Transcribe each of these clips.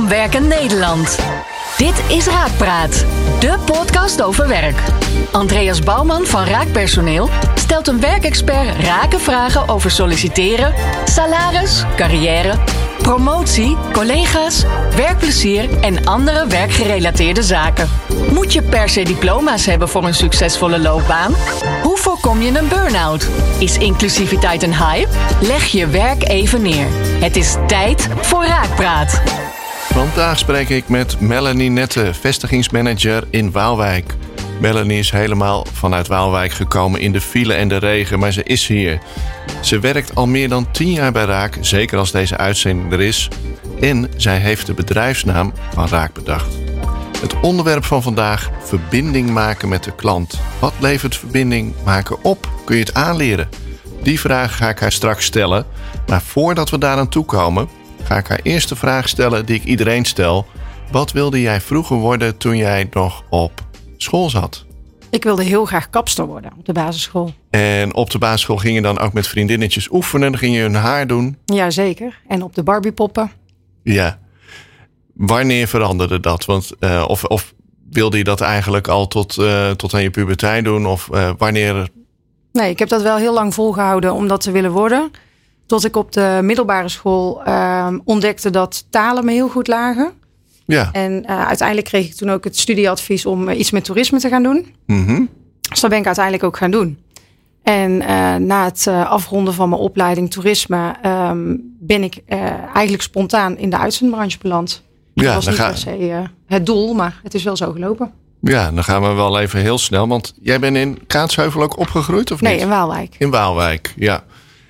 van Werken Nederland. Dit is Raakpraat, de podcast over werk. Andreas Bouwman van Raakpersoneel stelt een werkexpert rake vragen over solliciteren, salaris, carrière, promotie, collega's, werkplezier en andere werkgerelateerde zaken. Moet je per se diploma's hebben voor een succesvolle loopbaan? Hoe voorkom je een burn-out? Is inclusiviteit een hype? Leg je werk even neer. Het is tijd voor Raakpraat. Vandaag spreek ik met Melanie Nette, vestigingsmanager in Waalwijk. Melanie is helemaal vanuit Waalwijk gekomen in de file en de regen, maar ze is hier. Ze werkt al meer dan 10 jaar bij Raak, zeker als deze uitzending er is. En zij heeft de bedrijfsnaam van Raak bedacht. Het onderwerp van vandaag: verbinding maken met de klant. Wat levert verbinding maken op? Kun je het aanleren? Die vraag ga ik haar straks stellen. Maar voordat we daaraan toekomen, ga ik haar eerste vraag stellen die ik iedereen stel. Wat wilde jij vroeger worden toen jij nog op school zat? Ik wilde heel graag kapster worden op de basisschool. En op de basisschool ging je dan ook met vriendinnetjes oefenen? Dan ging je hun haar doen? Jazeker. En op de Barbiepoppen. Ja. Wanneer veranderde dat? Want, of wilde je dat eigenlijk al tot aan je puberteit doen? Of wanneer? Nee, ik heb dat wel heel lang volgehouden om dat te willen worden. Tot ik op de middelbare school ontdekte dat talen me heel goed lagen. Ja. En uiteindelijk kreeg ik toen ook het studieadvies om iets met toerisme te gaan doen. Mm-hmm. Dus dat ben ik uiteindelijk ook gaan doen. En na het afronden van mijn opleiding toerisme ben ik eigenlijk spontaan in de uitzendbranche beland. Ja, dat was niet per se het doel, maar het is wel zo gelopen. Ja, dan gaan we wel even heel snel. Want jij bent in Kaatsheuvel ook opgegroeid of niet? Nee, in Waalwijk. In Waalwijk, ja.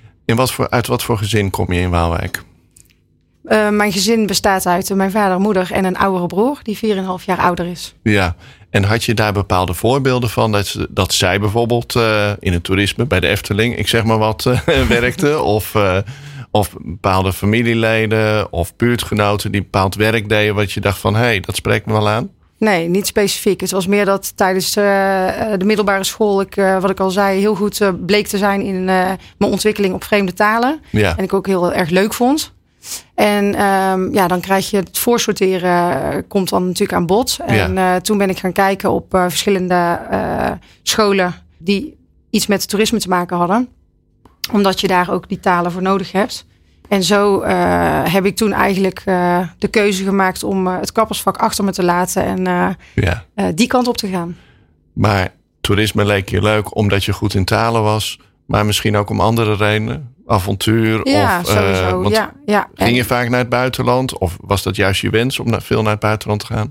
Uit wat voor gezin kom je in Waalwijk? Mijn gezin bestaat uit mijn vader, moeder en een oudere broer die 4,5 jaar ouder is. Ja, en had je daar bepaalde voorbeelden van dat zij bijvoorbeeld in het toerisme bij de Efteling, ik zeg maar wat, werkte? Of bepaalde familieleden of buurtgenoten die bepaald werk deden wat je dacht van, hé, dat spreekt me wel aan? Nee, niet specifiek. Het was meer dat tijdens de middelbare school ik, wat ik al zei, heel goed bleek te zijn in mijn ontwikkeling op vreemde talen. Ja. En ik ook heel erg leuk vond. En dan krijg je het voorsorteren, komt dan natuurlijk aan bod. En toen ben ik gaan kijken op verschillende scholen die iets met toerisme te maken hadden. Omdat je daar ook die talen voor nodig hebt. En zo heb ik toen eigenlijk de keuze gemaakt om het kappersvak achter me te laten en die kant op te gaan. Maar toerisme leek je leuk omdat je goed in talen was, maar misschien ook om andere redenen? Avontuur? Ja, sowieso. Ging je vaak naar het buitenland? Of was dat juist je wens om veel naar het buitenland te gaan?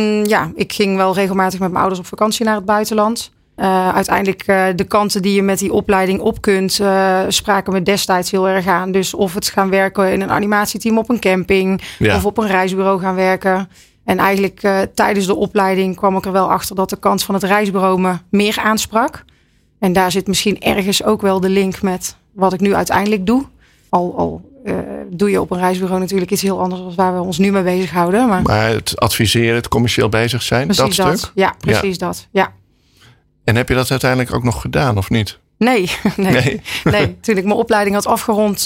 Ik ging wel regelmatig met mijn ouders op vakantie naar het buitenland. Uiteindelijk de kanten die je met die opleiding op kunt, spraken me destijds heel erg aan. Dus of het gaan werken in een animatieteam op een camping of op een reisbureau gaan werken. En eigenlijk tijdens de opleiding kwam ik er wel achter dat de kant van het reisbureau me meer aansprak. En daar zit misschien ergens ook wel de link met wat ik nu uiteindelijk doe. Al doe je op een reisbureau natuurlijk iets heel anders dan waar we ons nu mee bezighouden. Maar het adviseren, het commerciële bezig zijn, precies dat stuk? Ja, precies dat. Ja. En heb je dat uiteindelijk ook nog gedaan of niet? Nee. Toen ik mijn opleiding had afgerond,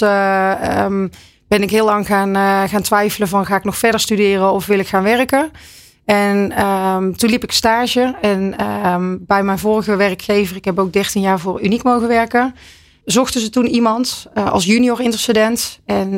ben ik heel lang gaan twijfelen van, ga ik nog verder studeren of wil ik gaan werken? En toen liep ik stage en bij mijn vorige werkgever, ik heb ook 13 jaar voor Uniek mogen werken, zochten ze toen iemand als junior interstudent. En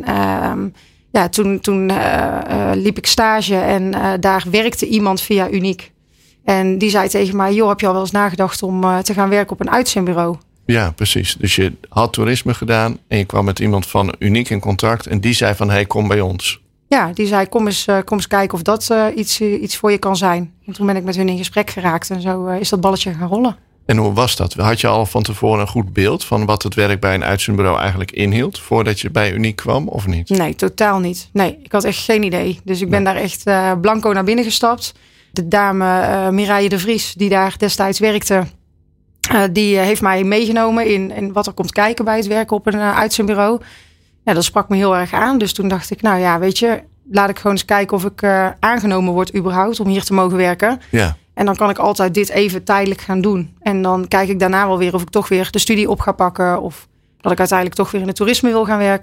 toen liep ik stage en daar werkte iemand via Uniek. En die zei tegen mij, joh, heb je al wel eens nagedacht om te gaan werken op een uitzendbureau? Ja, precies. Dus je had toerisme gedaan en je kwam met iemand van Uniek in contact en die zei van, hey, kom bij ons. Ja, die zei, kom eens kijken of dat iets voor je kan zijn. En toen ben ik met hun in gesprek geraakt en zo is dat balletje gaan rollen. En hoe was dat? Had je al van tevoren een goed beeld van wat het werk bij een uitzendbureau eigenlijk inhield voordat je bij Uniek kwam of niet? Nee, totaal niet. Nee, ik had echt geen idee. Dus ik ben daar echt blanco naar binnen gestapt. De dame Mireille de Vries, die daar destijds werkte, die heeft mij meegenomen in wat er komt kijken bij het werken op een uitzendbureau. Ja, dat sprak me heel erg aan. Dus toen dacht ik, nou ja, weet je, laat ik gewoon eens kijken of ik aangenomen word überhaupt om hier te mogen werken. Ja. En dan kan ik altijd dit even tijdelijk gaan doen. En dan kijk ik daarna wel weer of ik toch weer de studie op ga pakken of dat ik uiteindelijk toch weer in het toerisme wil gaan werken.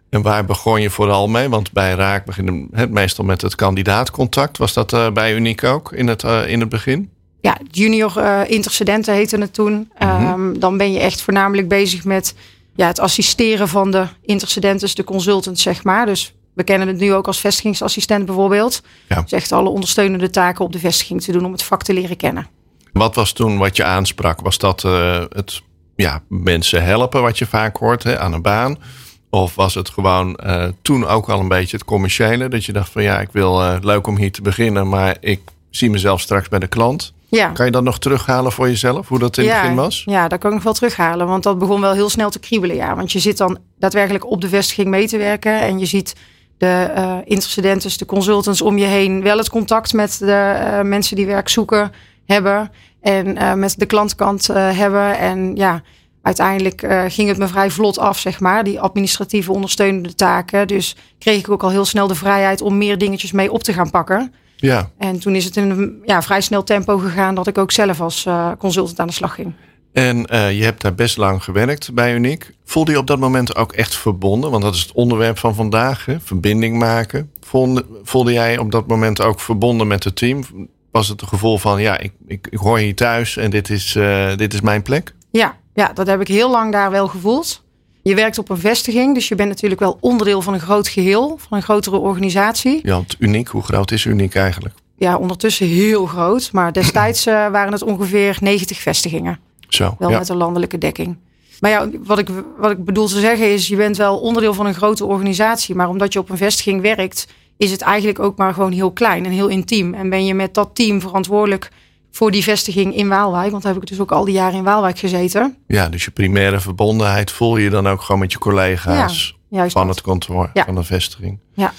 En waar begon je vooral mee? Want bij Raak beginnen het meestal met het kandidaatcontact. Was dat bij Uniek ook in het begin? Ja, junior intercedenten heette het toen. Dan ben je echt voornamelijk bezig met het assisteren van de intercedenten, dus de consultants, zeg maar. Dus we kennen het nu ook als vestigingsassistent bijvoorbeeld. Ja. Dus echt alle ondersteunende taken op de vestiging te doen om het vak te leren kennen. Wat was toen wat je aansprak? Was dat het mensen helpen wat je vaak hoort aan een baan? Of was het gewoon toen ook al een beetje het commerciële? Dat je dacht van ik wil leuk om hier te beginnen, maar ik zie mezelf straks bij de klant. Ja. Kan je dat nog terughalen voor jezelf, hoe dat in het begin was? Ja, dat kan ik nog wel terughalen. Want dat begon wel heel snel te kriebelen. Ja. Want je zit dan daadwerkelijk op de vestiging mee te werken. En je ziet de intercedenten, de consultants om je heen wel het contact met de mensen die werk zoeken hebben. En met de klantkant hebben. En uiteindelijk ging het me vrij vlot af, zeg maar. Die administratieve ondersteunende taken. Dus kreeg ik ook al heel snel de vrijheid om meer dingetjes mee op te gaan pakken. Ja. En toen is het in een vrij snel tempo gegaan dat ik ook zelf als consultant aan de slag ging. En je hebt daar best lang gewerkt bij Uniek. Voelde je op dat moment ook echt verbonden? Want dat is het onderwerp van vandaag, hè? Verbinding maken. Voelde jij op dat moment ook verbonden met het team? Was het het gevoel van ik hoor hier thuis en dit is mijn plek? Ja, dat heb ik heel lang daar wel gevoeld. Je werkt op een vestiging, dus je bent natuurlijk wel onderdeel van een groot geheel, van een grotere organisatie. Ja, want Uniek, hoe groot is Uniek eigenlijk? Ja, ondertussen heel groot, maar destijds waren het ongeveer 90 vestigingen. Zo, wel met een landelijke dekking. Maar wat ik bedoel te zeggen is, je bent wel onderdeel van een grote organisatie, maar omdat je op een vestiging werkt, is het eigenlijk ook maar gewoon heel klein en heel intiem. En ben je met dat team verantwoordelijk voor die vestiging in Waalwijk. Want daar heb ik dus ook al die jaren in Waalwijk gezeten. Ja, dus je primaire verbondenheid voel je dan ook gewoon met je collega's van het kantoor, van de vestiging. Ja.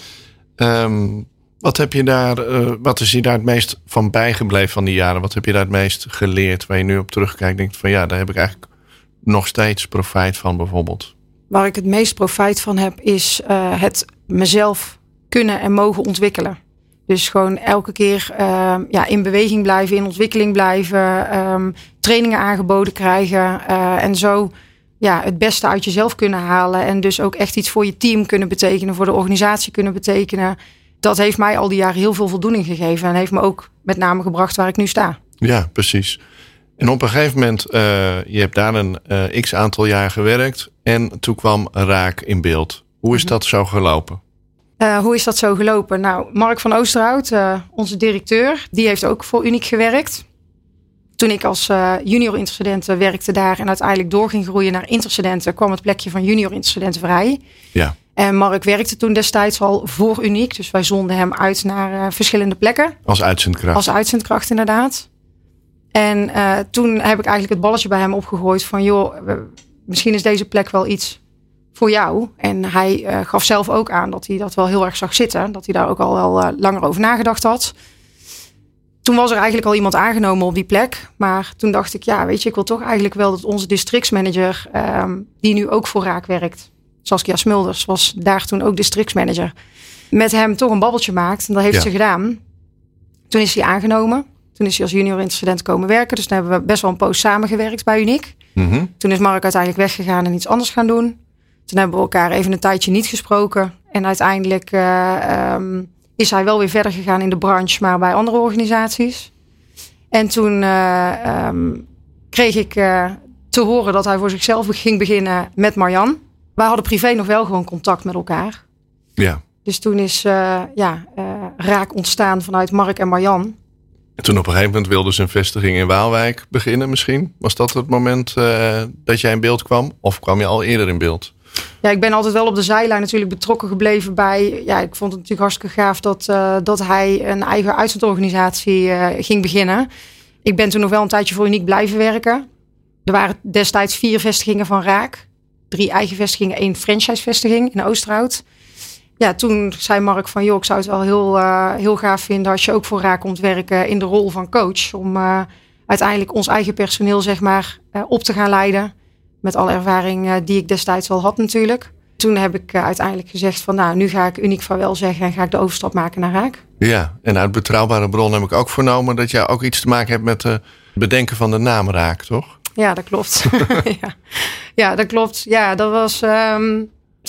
Wat is je daar het meest van bijgebleven van die jaren? Wat heb je daar het meest geleerd waar je nu op terugkijkt? Denkt van daar heb ik eigenlijk nog steeds profijt van bijvoorbeeld. Waar ik het meest profijt van heb is het mezelf kunnen en mogen ontwikkelen. Dus gewoon elke keer in beweging blijven, in ontwikkeling blijven, trainingen aangeboden krijgen en zo het beste uit jezelf kunnen halen. En dus ook echt iets voor je team kunnen betekenen, voor de organisatie kunnen betekenen. Dat heeft mij al die jaren heel veel voldoening gegeven en heeft me ook met name gebracht waar ik nu sta. Ja, precies. En op een gegeven moment, je hebt daar een x-aantal jaar gewerkt en toen kwam Raak in beeld. Hoe is dat zo gelopen? Hoe is dat zo gelopen? Nou, Mark van Oosterhout, onze directeur, die heeft ook voor Uniek gewerkt. Toen ik als junior intercedenten werkte daar en uiteindelijk door ging groeien naar intercedenten, kwam het plekje van junior intercedenten vrij. Ja. En Mark werkte toen destijds al voor Uniek, dus wij zonden hem uit naar verschillende plekken. Als uitzendkracht? Als uitzendkracht, inderdaad. En toen heb ik eigenlijk het balletje bij hem opgegooid van misschien is deze plek wel iets voor jou. En hij gaf zelf ook aan dat hij dat wel heel erg zag zitten. Dat hij daar ook al wel langer over nagedacht had. Toen was er eigenlijk al iemand aangenomen op die plek. Maar toen dacht ik, ik wil toch eigenlijk wel dat onze districtsmanager, die nu ook voor Raak werkt, Saskia Smulders, was daar toen ook districtsmanager, met hem toch een babbeltje maakt. En dat heeft ze gedaan. Toen is hij aangenomen. Toen is hij als junior intercedent komen werken. Dus toen hebben we best wel een poos samengewerkt bij Uniek. Mm-hmm. Toen is Mark uiteindelijk weggegaan en iets anders gaan doen. Toen hebben we elkaar even een tijdje niet gesproken. En uiteindelijk is hij wel weer verder gegaan in de branche, maar bij andere organisaties. En toen kreeg ik te horen dat hij voor zichzelf ging beginnen met Marjan. Wij hadden privé nog wel gewoon contact met elkaar. Ja. Dus toen is Raak ontstaan vanuit Mark en Marjan. En toen op een gegeven moment wilden ze een vestiging in Waalwijk beginnen misschien. Was dat het moment dat jij in beeld kwam? Of kwam je al eerder in beeld? Ja, ik ben altijd wel op de zijlijn natuurlijk betrokken gebleven bij. Ja, ik vond het natuurlijk hartstikke gaaf dat hij een eigen uitzendorganisatie ging beginnen. Ik ben toen nog wel een tijdje voor Uniek blijven werken. Er waren destijds 4 vestigingen van Raak. 3 eigen vestigingen, 1 franchise-vestiging in Oosterhout. Ja, toen zei Mark van, ik zou het wel heel gaaf vinden als je ook voor Raak komt werken in de rol van coach. Om uiteindelijk ons eigen personeel, zeg maar, op te gaan leiden. Met alle ervaring die ik destijds al had natuurlijk. Toen heb ik uiteindelijk gezegd van, nu ga ik Uniek vaarwel zeggen en ga ik de overstap maken naar Raak. Ja, en uit betrouwbare bron heb ik ook vernomen dat jij ook iets te maken hebt met het bedenken van de naam Raak, toch? Ja, dat klopt. Ja, dat klopt. Ja, dat was... Het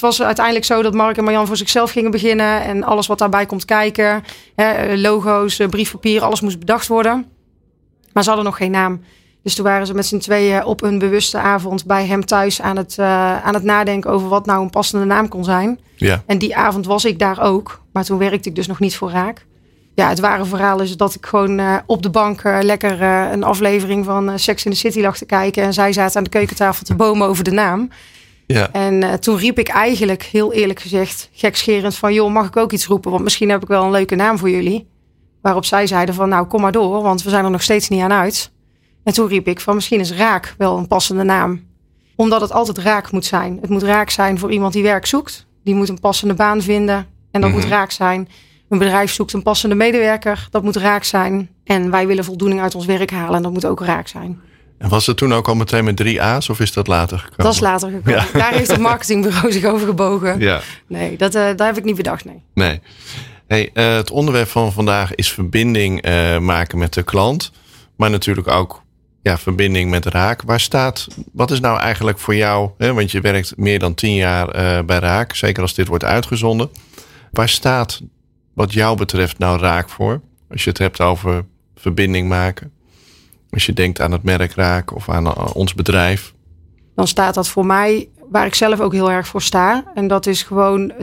Het was uiteindelijk zo dat Mark en Marjan voor zichzelf gingen beginnen. En alles wat daarbij komt kijken. Logo's, briefpapier, alles moest bedacht worden. Maar ze hadden nog geen naam. Dus toen waren ze met z'n tweeën op een bewuste avond bij hem thuis aan het nadenken over wat nou een passende naam kon zijn. Ja. En die avond was ik daar ook. Maar toen werkte ik dus nog niet voor Raak. Ja, het ware verhaal is dat ik gewoon op de bank lekker een aflevering van Sex in the City lag te kijken. En zij zaten aan de keukentafel te bomen over de naam. Ja. En toen riep ik eigenlijk, heel eerlijk gezegd, gekscherend van... joh, mag ik ook iets roepen? Want misschien heb ik wel een leuke naam voor jullie. Waarop zij zeiden van, nou, kom maar door. Want we zijn er nog steeds niet aan uit. En toen riep ik van, misschien is Raak wel een passende naam. Omdat het altijd raak moet zijn. Het moet raak zijn voor iemand die werk zoekt. Die moet een passende baan vinden. En dat moet raak zijn. Een bedrijf zoekt een passende medewerker. Dat moet raak zijn. En wij willen voldoening uit ons werk halen. En dat moet ook raak zijn. En was het toen ook al meteen met 3 A's of is dat later gekomen? Dat is later gekomen. Ja. Daar heeft het marketingbureau zich over gebogen. Ja. Nee, dat heb ik niet bedacht, nee. Hey, het onderwerp van vandaag is verbinding maken met de klant. Maar natuurlijk ook verbinding met Raak. Wat is nou eigenlijk voor jou, want je werkt meer dan 10 jaar bij Raak. Zeker als dit wordt uitgezonden. Waar staat wat jou betreft nou Raak voor? Als je het hebt over verbinding maken. Als je denkt aan het merk Raak of aan ons bedrijf. Dan staat dat voor mij waar ik zelf ook heel erg voor sta. En dat is gewoon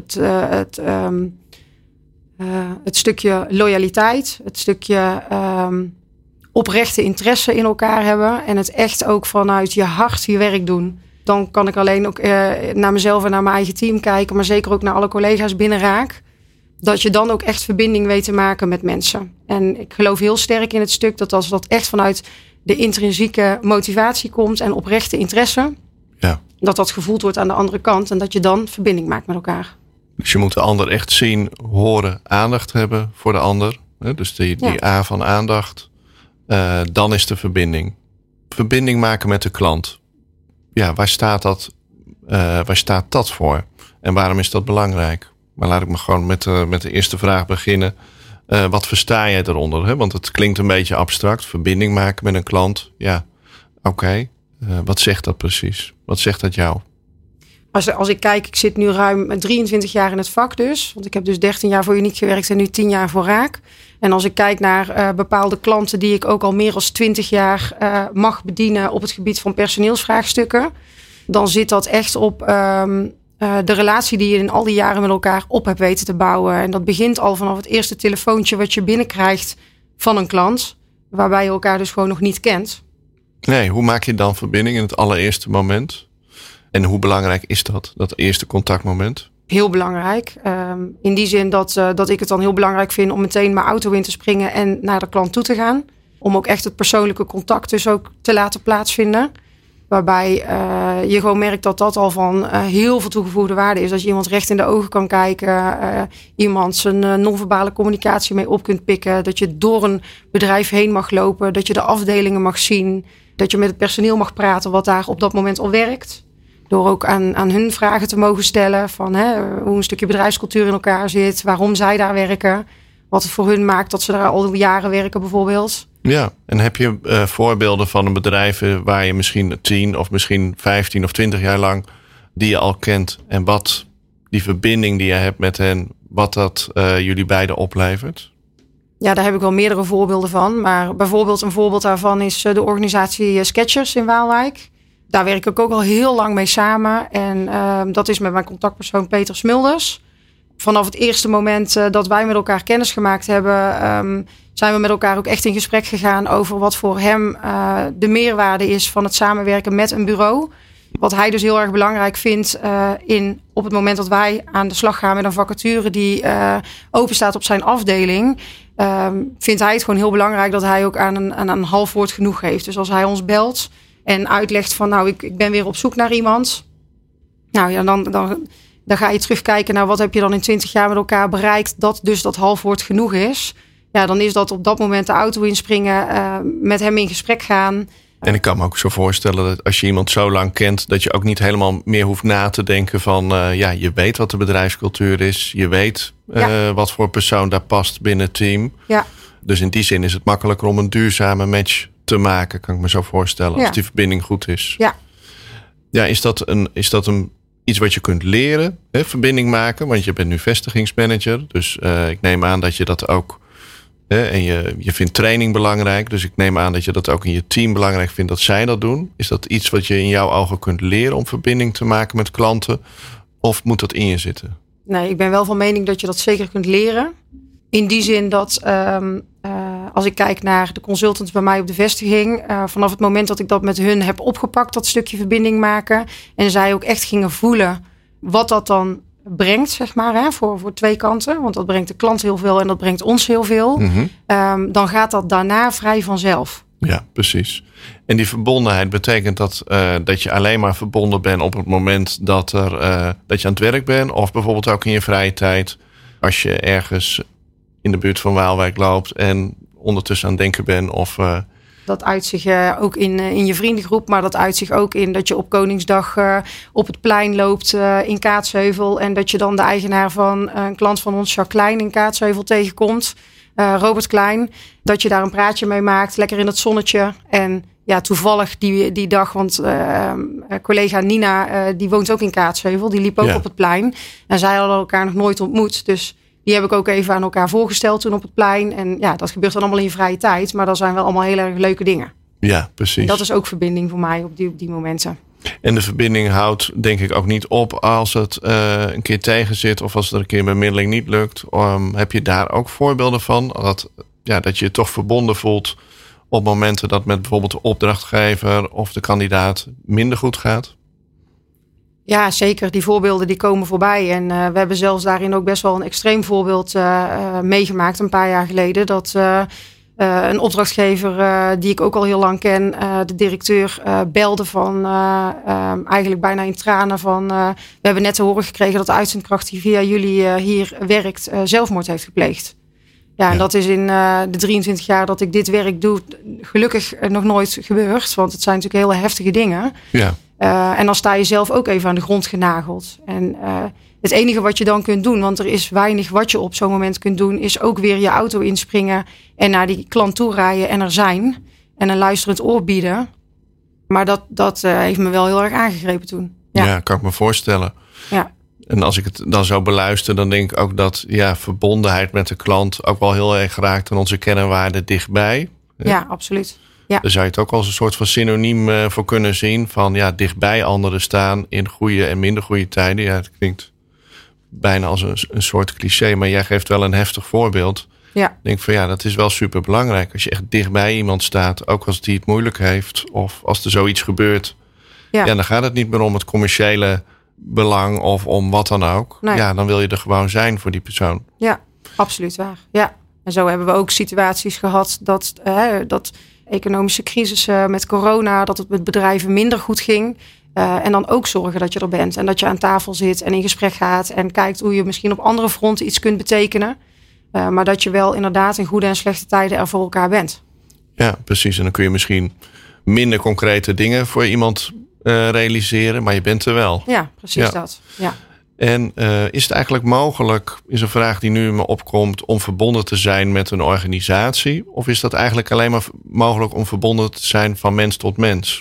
het stukje loyaliteit. Het stukje oprechte interesse in elkaar hebben. En het echt ook vanuit je hart je werk doen. Dan kan ik alleen ook naar mezelf en naar mijn eigen team kijken. Maar zeker ook naar alle collega's binnen Raak. Dat je dan ook echt verbinding weet te maken met mensen. En ik geloof heel sterk in het stuk dat als dat echt vanuit de intrinsieke motivatie komt en oprechte interesse. Ja. Dat gevoeld wordt aan de andere kant. En dat je dan verbinding maakt met elkaar. Dus je moet de ander echt zien, horen, aandacht hebben voor de ander. Dus die A van aandacht. Dan is de verbinding. Verbinding maken met de klant. Ja, waar staat dat voor? En waarom is dat belangrijk? Maar laat ik me gewoon met de eerste vraag beginnen. Wat versta jij eronder? Hè? Want het klinkt een beetje abstract. Verbinding maken met een klant. Ja, oké. Wat zegt dat precies? Wat zegt dat jou? Als ik kijk, ik zit nu ruim 23 jaar in het vak dus. Want ik heb dus 13 jaar voor Uniek gewerkt en nu 10 jaar voor Raak. En als ik kijk naar bepaalde klanten die ik ook al meer dan 20 jaar mag bedienen op het gebied van personeelsvraagstukken. Dan zit dat echt op de relatie die je in al die jaren met elkaar op hebt weten te bouwen. En dat begint al vanaf het eerste telefoontje wat je binnenkrijgt van een klant. Waarbij je elkaar dus gewoon nog niet kent. Nee, hoe maak je dan verbinding in het allereerste moment? En hoe belangrijk is dat eerste contactmoment? Heel belangrijk. In die zin dat ik het dan heel belangrijk vind om meteen mijn auto in te springen en naar de klant toe te gaan. Om ook echt het persoonlijke contact dus ook te laten plaatsvinden. Waarbij je gewoon merkt dat al van heel veel toegevoegde waarde is. Dat je iemand recht in de ogen kan kijken. Iemand zijn non-verbale communicatie mee op kunt pikken. Dat je door een bedrijf heen mag lopen. Dat je de afdelingen mag zien. Dat je met het personeel mag praten wat daar op dat moment al werkt. Door ook aan hun vragen te mogen stellen. Van hoe een stukje bedrijfscultuur in elkaar zit. Waarom zij daar werken. Wat het voor hun maakt dat ze daar al jaren werken bijvoorbeeld. Ja, en heb je voorbeelden van een bedrijf waar je misschien 10 of misschien 15 of 20 jaar lang die je al kent. En wat die verbinding die je hebt met hen, wat dat jullie beiden oplevert? Ja, daar heb ik wel meerdere voorbeelden van. Maar bijvoorbeeld een voorbeeld daarvan is de organisatie Sketchers in Waalwijk. Daar werk ik ook al heel lang mee samen. En dat is met mijn contactpersoon Peter Smulders. Vanaf het eerste moment dat wij met elkaar kennis gemaakt hebben, zijn we met elkaar ook echt in gesprek gegaan over wat voor hem de meerwaarde is van het samenwerken met een bureau. Wat hij dus heel erg belangrijk vindt op het moment dat wij aan de slag gaan met een vacature die open staat op zijn afdeling. Vindt hij het gewoon heel belangrijk dat hij ook aan een half woord genoeg heeft. Dus als hij ons belt en uitlegt van ik ben weer op zoek naar iemand. Nou ja, dan ga je terugkijken naar wat heb je dan in 20 jaar met elkaar bereikt. Dat dus dat half woord genoeg is. Ja, dan is dat op dat moment de auto inspringen. Met hem in gesprek gaan. En ik kan me ook zo voorstellen dat als je iemand zo lang kent, dat je ook niet helemaal meer hoeft na te denken van je weet wat de bedrijfscultuur is. Je weet wat voor persoon daar past binnen het team. Ja. Dus in die zin is het makkelijker om een duurzame match te maken, kan ik me zo voorstellen. Als die verbinding goed is. Ja. Ja, is dat een iets wat je kunt leren, verbinding maken. Want je bent nu vestigingsmanager. Dus ik neem aan dat je dat ook... en je vindt training belangrijk. Dus ik neem aan dat je dat ook in je team belangrijk vindt dat zij dat doen. Is dat iets wat je in jouw ogen kunt leren om verbinding te maken met klanten? Of moet dat in je zitten? Nee, ik ben wel van mening dat je dat zeker kunt leren. In die zin dat als ik kijk naar de consultants bij mij op de vestiging. Vanaf het moment dat ik dat met hun heb opgepakt, dat stukje verbinding maken. En zij ook echt gingen voelen wat dat dan brengt, zeg maar, voor twee kanten. Want dat brengt de klant heel veel en dat brengt ons heel veel. Mm-hmm. Dan gaat dat daarna vrij vanzelf. Ja, precies. En die verbondenheid betekent dat je alleen maar verbonden bent op het moment dat je aan het werk bent. Of bijvoorbeeld ook in je vrije tijd. Als je ergens in de buurt van Waalwijk loopt en ondertussen aan het denken bent. Dat uit zich ook in je vriendengroep. Maar dat uit zich ook in dat je op Koningsdag op het plein loopt in Kaatsheuvel. En dat je dan de eigenaar van een klant van ons, Jacques Klein, in Kaatsheuvel tegenkomt. Robert Klein. Dat je daar een praatje mee maakt. Lekker in het zonnetje. En ja, toevallig die dag, want collega Nina, die woont ook in Kaatsheuvel. Die liep ook op het plein. En zij hadden elkaar nog nooit ontmoet. Dus die heb ik ook even aan elkaar voorgesteld toen op het plein. En ja, dat gebeurt dan allemaal in je vrije tijd. Maar dat zijn wel allemaal heel erg leuke dingen. Ja, precies. En dat is ook verbinding voor mij op die momenten. En de verbinding houdt denk ik ook niet op als het een keer tegen zit. Of als het er een keer bemiddeling niet lukt. Heb je daar ook voorbeelden van? Dat je je toch verbonden voelt op momenten dat met bijvoorbeeld de opdrachtgever of de kandidaat minder goed gaat? Ja, zeker. Die voorbeelden die komen voorbij. En we hebben zelfs daarin ook best wel een extreem voorbeeld meegemaakt een paar jaar geleden. Dat een opdrachtgever die ik ook al heel lang ken, de directeur, belde van eigenlijk bijna in tranen van we hebben net te horen gekregen dat de uitzendkracht die via jullie hier werkt zelfmoord heeft gepleegd. Ja, en dat is in de 23 jaar dat ik dit werk doe gelukkig nog nooit gebeurd. Want het zijn natuurlijk hele heftige dingen. Ja. En dan sta je zelf ook even aan de grond genageld. En het enige wat je dan kunt doen, want er is weinig wat je op zo'n moment kunt doen, is ook weer je auto inspringen en naar die klant toe rijden en er zijn. En een luisterend oor bieden. Maar dat heeft me wel heel erg aangegrepen toen. Ja, kan ik me voorstellen. Ja. En als ik het dan zo beluister, dan denk ik ook dat verbondenheid met de klant ook wel heel erg raakt aan onze kernwaarden dichtbij. Ja, absoluut. Ja. Daar zou je het ook als een soort van synoniem voor kunnen zien. Van dichtbij anderen staan in goede en minder goede tijden. Ja, het klinkt bijna als een soort cliché. Maar jij geeft wel een heftig voorbeeld. Ja. Ik denk van dat is wel super belangrijk. Als je echt dichtbij iemand staat, ook als die het moeilijk heeft. Of als er zoiets gebeurt. Ja, dan gaat het niet meer om het commerciële belang of om wat dan ook. Nee. Ja, dan wil je er gewoon zijn voor die persoon. Ja, absoluut waar. Ja. En zo hebben we ook situaties gehad dat economische crisis met corona, dat het met bedrijven minder goed ging. En dan ook zorgen dat je er bent en dat je aan tafel zit en in gesprek gaat en kijkt hoe je misschien op andere fronten iets kunt betekenen. Maar dat je wel inderdaad in goede en slechte tijden er voor elkaar bent. Ja, precies. En dan kun je misschien minder concrete dingen voor iemand realiseren, maar je bent er wel. Ja, precies dat. Ja. En is het eigenlijk mogelijk, is een vraag die nu in me opkomt, om verbonden te zijn met een organisatie? Of is dat eigenlijk alleen maar mogelijk om verbonden te zijn van mens tot mens?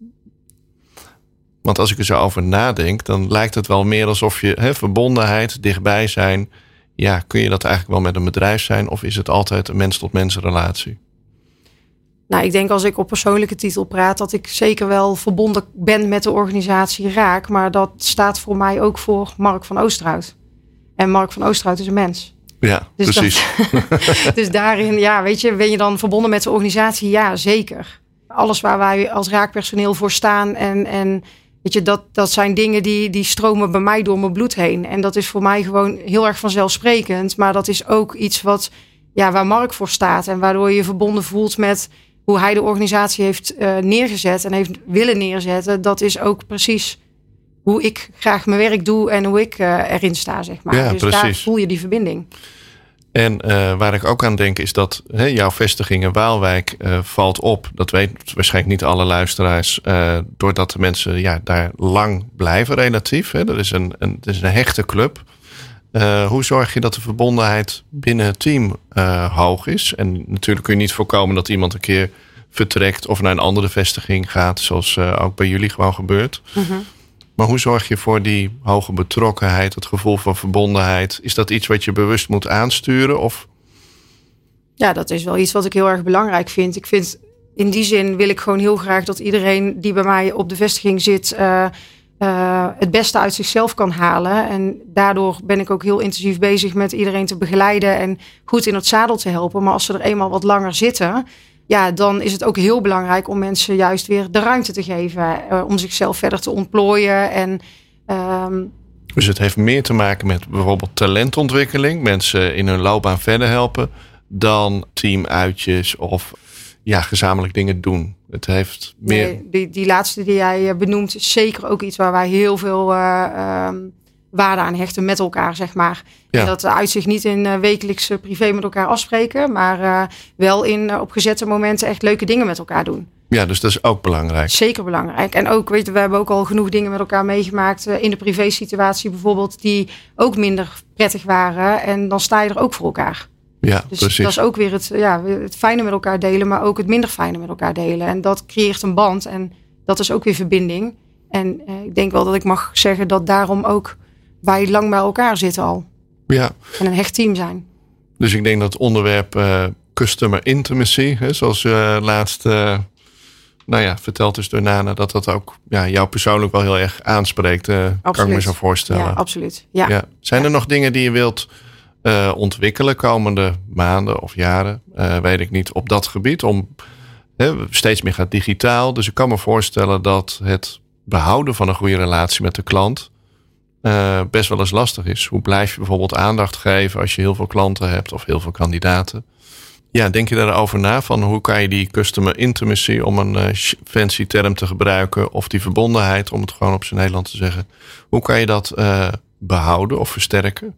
Want als ik er zo over nadenk, dan lijkt het wel meer alsof je verbondenheid, dichtbij zijn. Ja, kun je dat eigenlijk wel met een bedrijf zijn? Of is het altijd een mens tot mens relatie? Nou, ik denk als ik op persoonlijke titel praat, dat ik zeker wel verbonden ben met de organisatie Raak. Maar dat staat voor mij ook voor Mark van Oosterhout. En Mark van Oosterhout is een mens. Ja, dus precies. Dus daarin, ben je dan verbonden met de organisatie? Ja, zeker. Alles waar wij als Raakpersoneel voor staan en weet je, dat zijn dingen die stromen bij mij door mijn bloed heen. En dat is voor mij gewoon heel erg vanzelfsprekend. Maar dat is ook iets waar Mark voor staat. En waardoor je je verbonden voelt met hoe hij de organisatie heeft neergezet en heeft willen neerzetten. Dat is ook precies hoe ik graag mijn werk doe en hoe ik erin sta, zeg maar. Ja, dus precies. Daar voel je die verbinding. En waar ik ook aan denk is dat jouw vestiging in Waalwijk valt op. Dat weten waarschijnlijk niet alle luisteraars. Doordat de mensen daar lang blijven relatief. Het is een hechte club. Hoe zorg je dat de verbondenheid binnen het team hoog is? En natuurlijk kun je niet voorkomen dat iemand een keer vertrekt of naar een andere vestiging gaat. Zoals ook bij jullie gewoon gebeurt. Mm-hmm. Maar hoe zorg je voor die hoge betrokkenheid, het gevoel van verbondenheid? Is dat iets wat je bewust moet aansturen? Of? Ja, dat is wel iets wat ik heel erg belangrijk vind. Ik vind, in die zin wil ik gewoon heel graag dat iedereen die bij mij op de vestiging zit het beste uit zichzelf kan halen. En daardoor ben ik ook heel intensief bezig met iedereen te begeleiden en goed in het zadel te helpen. Maar als ze er eenmaal wat langer zitten, ja, dan is het ook heel belangrijk om mensen juist weer de ruimte te geven. Om zichzelf verder te ontplooien. Dus het heeft meer te maken met bijvoorbeeld talentontwikkeling. Mensen in hun loopbaan verder helpen. Dan teamuitjes of gezamenlijk dingen doen. Het heeft meer... Nee, die laatste die jij benoemt is zeker ook iets waar wij heel veel waarde aan hechten met elkaar, zeg maar. Ja. En dat uitzicht niet in wekelijks privé met elkaar afspreken, maar wel in op gezette momenten echt leuke dingen met elkaar doen. Ja, dus dat is ook belangrijk. Zeker belangrijk. En ook, we hebben ook al genoeg dingen met elkaar meegemaakt in de privésituatie bijvoorbeeld, die ook minder prettig waren. En dan sta je er ook voor elkaar. Ja, dus precies. Dat is ook weer het fijne met elkaar delen, maar ook het minder fijne met elkaar delen. En dat creëert een band en dat is ook weer verbinding. En ik denk wel dat ik mag zeggen dat daarom ook wij lang bij elkaar zitten al. Ja. En een hecht team zijn. Dus ik denk dat het onderwerp customer intimacy, zoals laatst verteld is door Nana, dat ook jou persoonlijk wel heel erg aanspreekt. Kan ik me zo voorstellen. Ja, absoluut. Ja. Zijn er nog dingen die je wilt ontwikkelen komende maanden of jaren? Weet ik niet, op dat gebied. Steeds meer gaat digitaal. Dus ik kan me voorstellen dat het behouden van een goede relatie met de klant best wel eens lastig is. Hoe blijf je bijvoorbeeld aandacht geven als je heel veel klanten hebt of heel veel kandidaten? Ja, denk je daarover na van hoe kan je die customer intimacy, om een fancy term te gebruiken, of die verbondenheid, om het gewoon op zijn Nederlands te zeggen, hoe kan je dat behouden of versterken?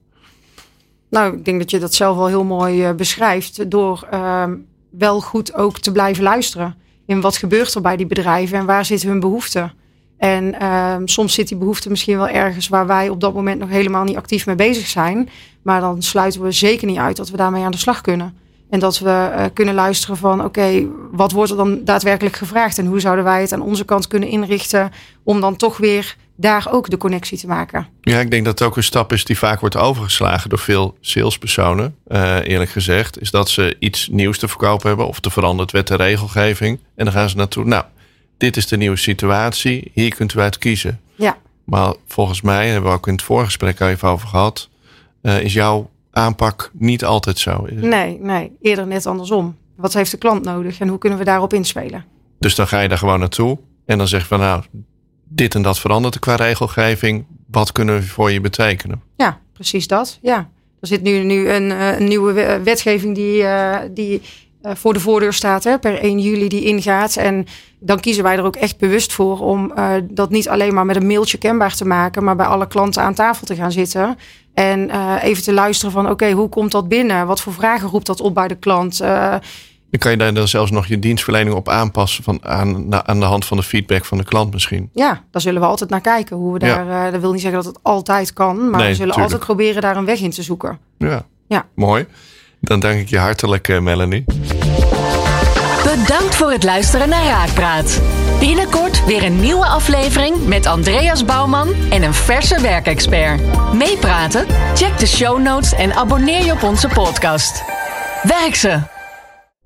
Nou, ik denk dat je dat zelf wel heel mooi beschrijft door wel goed ook te blijven luisteren. In wat gebeurt er bij die bedrijven en waar zit hun behoefte? En soms zit die behoefte misschien wel ergens waar wij op dat moment nog helemaal niet actief mee bezig zijn. Maar dan sluiten we zeker niet uit dat we daarmee aan de slag kunnen. En dat we kunnen luisteren van oké, wat wordt er dan daadwerkelijk gevraagd? En hoe zouden wij het aan onze kant kunnen inrichten om dan toch weer daar ook de connectie te maken? Ja, ik denk dat het ook een stap is die vaak wordt overgeslagen door veel salespersonen, eerlijk gezegd. Is dat ze iets nieuws te verkopen hebben of te veranderd wet en regelgeving. En dan gaan ze naartoe. Nou, dit is de nieuwe situatie. Hier kunt u uit kiezen. Ja. Maar volgens mij, hebben we ook in het voorgesprek al even over gehad, is jouw aanpak niet altijd zo. Nee, eerder net andersom. Wat heeft de klant nodig en hoe kunnen we daarop inspelen? Dus dan ga je daar gewoon naartoe en dan zeg je van nou, dit en dat verandert qua regelgeving. Wat kunnen we voor je betekenen? Ja, precies dat. Ja. Er zit nu een nieuwe wetgeving die voor de voordeur staat, per 1 juli die ingaat. En dan kiezen wij er ook echt bewust voor om dat niet alleen maar met een mailtje kenbaar te maken, maar bij alle klanten aan tafel te gaan zitten. En even te luisteren van oké, hoe komt dat binnen? Wat voor vragen roept dat op bij de klant? Dan kan je daar dan zelfs nog je dienstverlening op aanpassen aan de hand van de feedback van de klant misschien. Ja, daar zullen we altijd naar kijken. Hoe we daar, dat wil niet zeggen dat het altijd kan, maar we zullen altijd proberen daar een weg in te zoeken. Ja. Mooi. Dan dank ik je hartelijk, Melanie. Bedankt voor het luisteren naar Raakpraat. Binnenkort weer een nieuwe aflevering met Andreas Bouwman en een verse werkexpert. Meepraten? Check de show notes en abonneer je op onze podcast. Werk ze!